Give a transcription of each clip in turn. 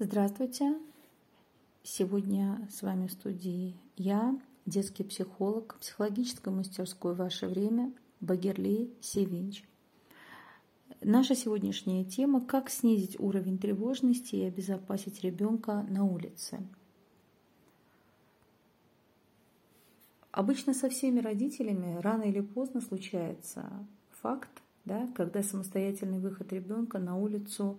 Здравствуйте! Сегодня с вами в студии я, детский психолог, психологической мастерской «Ваше время» Багирли Севинч. Наша сегодняшняя тема – как снизить уровень тревожности и обезопасить ребенка на улице. Обычно со всеми родителями рано или поздно случается факт, когда самостоятельный выход ребенка на улицу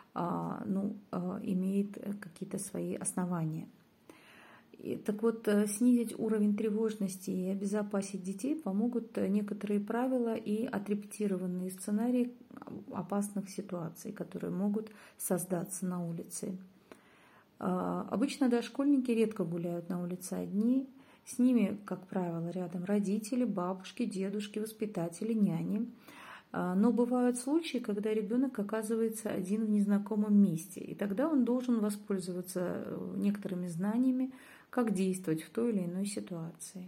имеет какие-то свои основания. Так вот, снизить уровень тревожности и обезопасить детей помогут некоторые правила и отрепетированные сценарии опасных ситуаций, которые могут создаться на улице. Обычно дошкольники редко гуляют на улице одни. С ними, как правило, рядом родители, бабушки, дедушки, воспитатели, няни. Но бывают случаи, когда ребенок оказывается один в незнакомом месте, и тогда он должен воспользоваться некоторыми знаниями, как действовать в той или иной ситуации.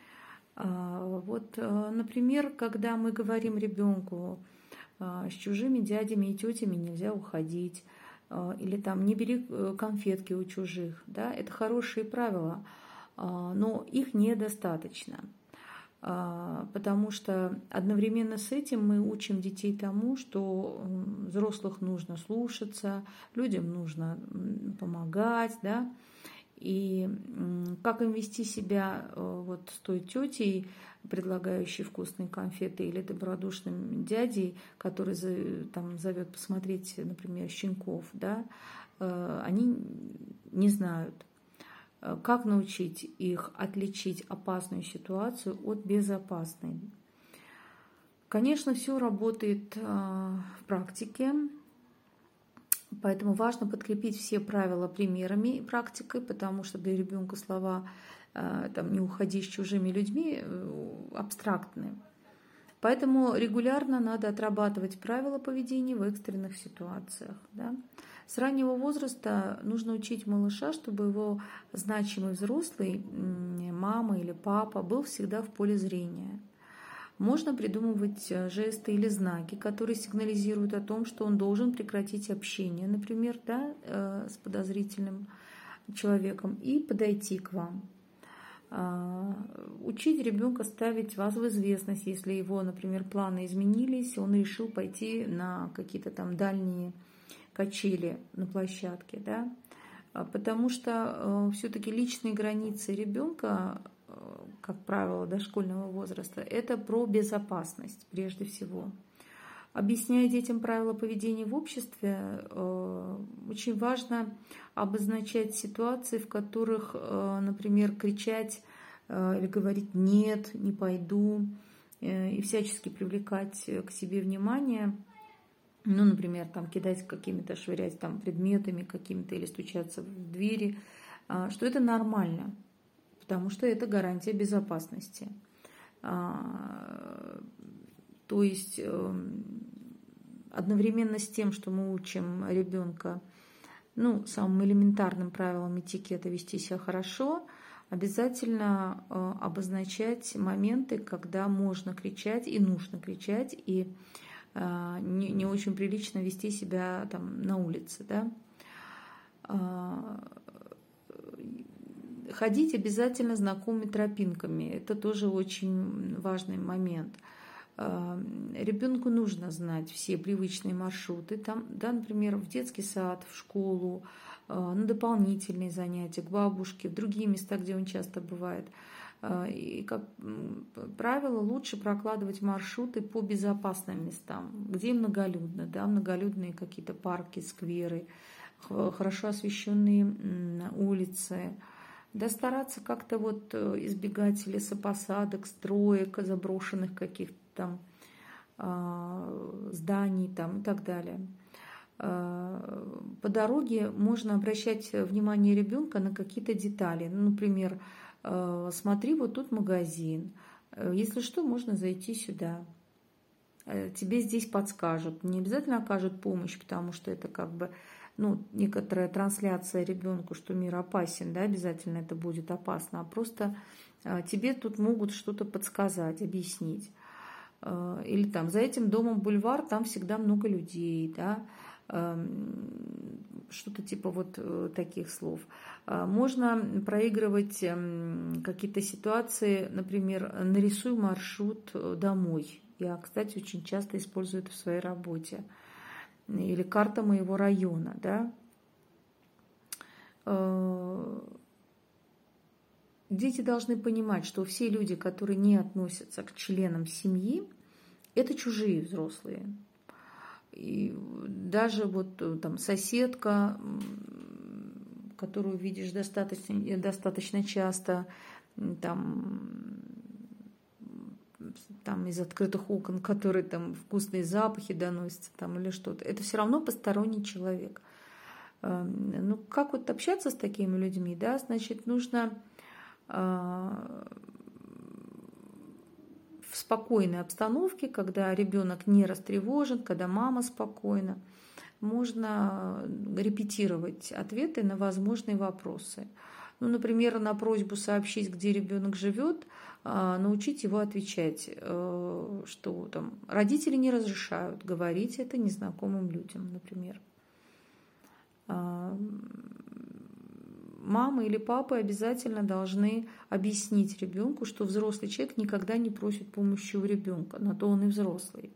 Например, когда мы говорим ребенку, с чужими дядями и тетями нельзя уходить, или там не бери конфетки у чужих, это хорошие правила, но их недостаточно. Потому что одновременно с этим мы учим детей тому, что взрослых нужно слушаться, людям нужно помогать, и как им вести себя с той тетей, предлагающей вкусные конфеты, или добродушным дядей, который зовет посмотреть, например, щенков, они не знают. Как научить их отличить опасную ситуацию от безопасной? Конечно, все работает в практике, поэтому важно подкрепить все правила примерами и практикой, потому что для ребенка слова «не уходи с чужими людьми» абстрактны. Поэтому регулярно надо отрабатывать правила поведения в экстренных ситуациях. С раннего возраста нужно учить малыша, чтобы его значимый взрослый, мама или папа, был всегда в поле зрения. Можно придумывать жесты или знаки, которые сигнализируют о том, что он должен прекратить общение, например, с подозрительным человеком и подойти к вам. Учить ребенка ставить вас в известность, если его, например, планы изменились, он решил пойти на какие-то дальние качели на площадке, потому что все-таки личные границы ребенка, как правило, дошкольного возраста, это про безопасность прежде всего. Объясняя детям правила поведения в обществе, очень важно обозначать ситуации, в которых, например, кричать или говорить «нет, не пойду», и всячески привлекать к себе внимание. Например, кидать какими-то, швырять предметами какими-то или стучаться в двери, что это нормально, потому что это гарантия безопасности. То есть одновременно с тем, что мы учим ребенка самым элементарным правилам этикета вести себя хорошо, обязательно обозначать моменты, когда можно кричать и нужно кричать, и не очень прилично вести себя на улице. Ходить обязательно знакомыми тропинками. Это тоже очень важный момент. Ребенку нужно знать все привычные маршруты, например, в детский сад, в школу, на дополнительные занятия, к бабушке, в другие места, где он часто бывает. И, как правило, лучше прокладывать маршруты по безопасным местам, где многолюдно, многолюдные какие-то парки, скверы, хорошо освещенные улицы. Стараться как-то избегать лесопосадок, строек, заброшенных каких-то зданий и так далее. По дороге можно обращать внимание ребенка на какие-то детали. Например, смотри, тут магазин. Если что, можно зайти сюда. Тебе здесь подскажут. Не обязательно окажут помощь, потому что это некоторая трансляция ребенку, что мир опасен, обязательно это будет опасно, а просто тебе тут могут что-то подсказать, объяснить. Или за этим домом бульвар, там всегда много людей, что-то типа вот таких слов. Можно проигрывать какие-то ситуации, например, нарисуй маршрут домой. Я, кстати, очень часто использую это в своей работе. Или карта моего района, да. Дети должны понимать, что все люди, которые не относятся к членам семьи, это чужие взрослые. И даже вот там соседка, которую видишь достаточно часто, там из открытых окон, которые там вкусные запахи доносятся там, или что-то, это все равно посторонний человек. Ну, как вот общаться с такими людьми, да, значит, нужно в спокойной обстановке, когда ребенок не растревожен, когда мама спокойна, можно репетировать ответы на возможные вопросы. Ну, например, на просьбу сообщить, где ребенок живет, научить его отвечать, что там родители не разрешают говорить это незнакомым людям, например. Мама или папа обязательно должны объяснить ребенку, что взрослый человек никогда не просит помощи у ребенка, на то он и взрослый.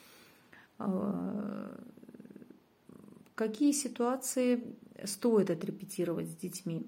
Какие ситуации стоит отрепетировать с детьми?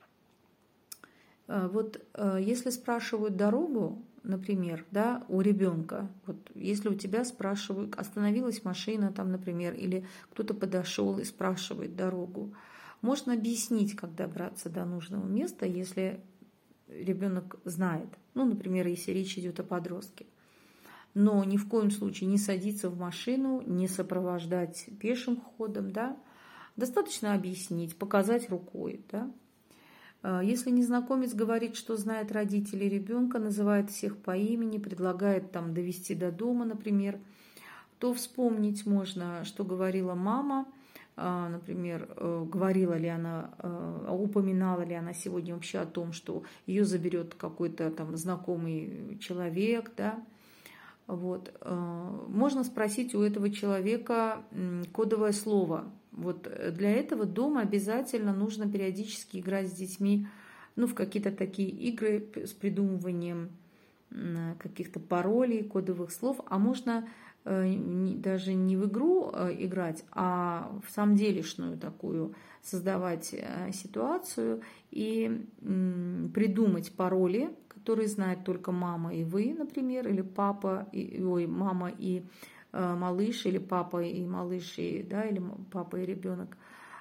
Вот если спрашивают дорогу, например, да, у ребенка, вот если у тебя спрашивают, остановилась машина там, например, или кто-то подошел и спрашивает дорогу, можно объяснить, как добраться до нужного места, если ребенок знает. Ну, например, если речь идет о подростке. Но ни в коем случае не садиться в машину, не сопровождать пешим ходом, да. Достаточно объяснить, показать рукой, да. Если незнакомец говорит, что знает родителей ребенка, называет всех по имени, предлагает там довести до дома, например, то вспомнить можно, что говорила мама, например, говорила ли она, упоминала ли она сегодня вообще о том, что ее заберет какой-то там знакомый человек, да. Вот. Можно спросить у этого человека кодовое слово. Вот для этого дома обязательно нужно периодически играть с детьми, ну, в какие-то такие игры с придумыванием каких-то паролей, кодовых слов, а можно даже не в игру играть, а в самом делешную такую создавать ситуацию и придумать пароли, которые знает только мама и вы, например, или папа, мама и малыш, или папа и малыш, да, или папа и ребенок.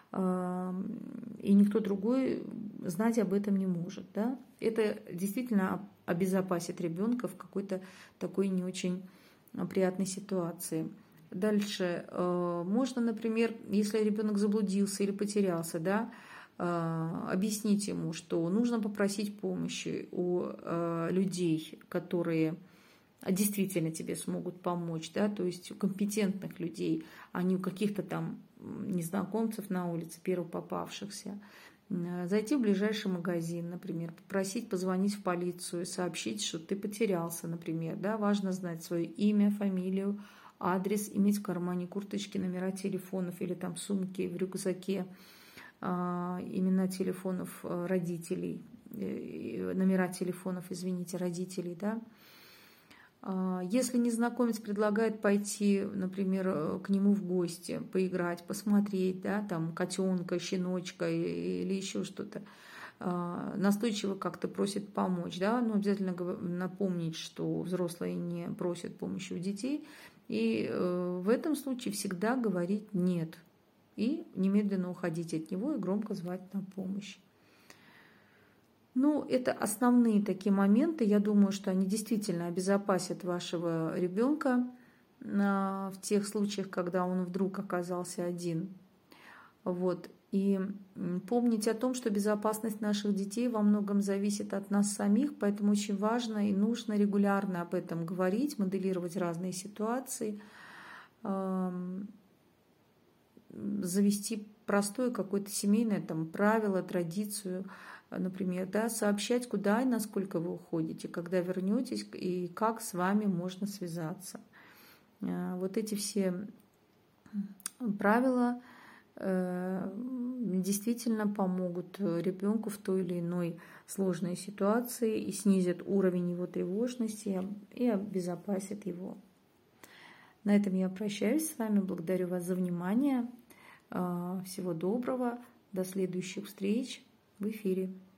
И никто другой знать об этом не может. Да? Это действительно обезопасит ребенка в какой-то такой не очень приятной ситуации. Дальше можно, например, если ребенок заблудился или потерялся, да, объяснить ему, что нужно попросить помощи у людей, которые действительно тебе смогут помочь, да, то есть у компетентных людей, а не у каких-то там незнакомцев на улице, первопопавшихся. Зайти в ближайший магазин, например, попросить позвонить в полицию, сообщить, что ты потерялся, например. Да? Важно знать свое имя, фамилию, адрес, иметь в кармане курточки номера телефонов или там сумки, в рюкзаке имена телефонов родителей, номера телефонов, извините, родителей, да. Если незнакомец предлагает пойти, например, к нему в гости, поиграть, посмотреть, да, там котенка, щеночка или еще что-то, настойчиво как-то просит помочь, да, но обязательно напомнить, что взрослые не просят помощи у детей, и в этом случае всегда говорить «нет», и немедленно уходить от него и громко звать на помощь. Ну, это основные такие моменты. Я думаю, что они действительно обезопасят вашего ребенка в тех случаях, когда он вдруг оказался один. Вот. И помнить о том, что безопасность наших детей во многом зависит от нас самих, поэтому очень важно и нужно регулярно об этом говорить, моделировать разные ситуации, завести простое какое-то семейное там правило, традицию, например, да, сообщать, куда и насколько вы уходите, когда вернетесь и как с вами можно связаться. Вот эти все правила действительно помогут ребенку в той или иной сложной ситуации и снизят уровень его тревожности и обезопасят его. На этом я прощаюсь с вами. Благодарю вас за внимание. Всего доброго. До следующих встреч в эфире.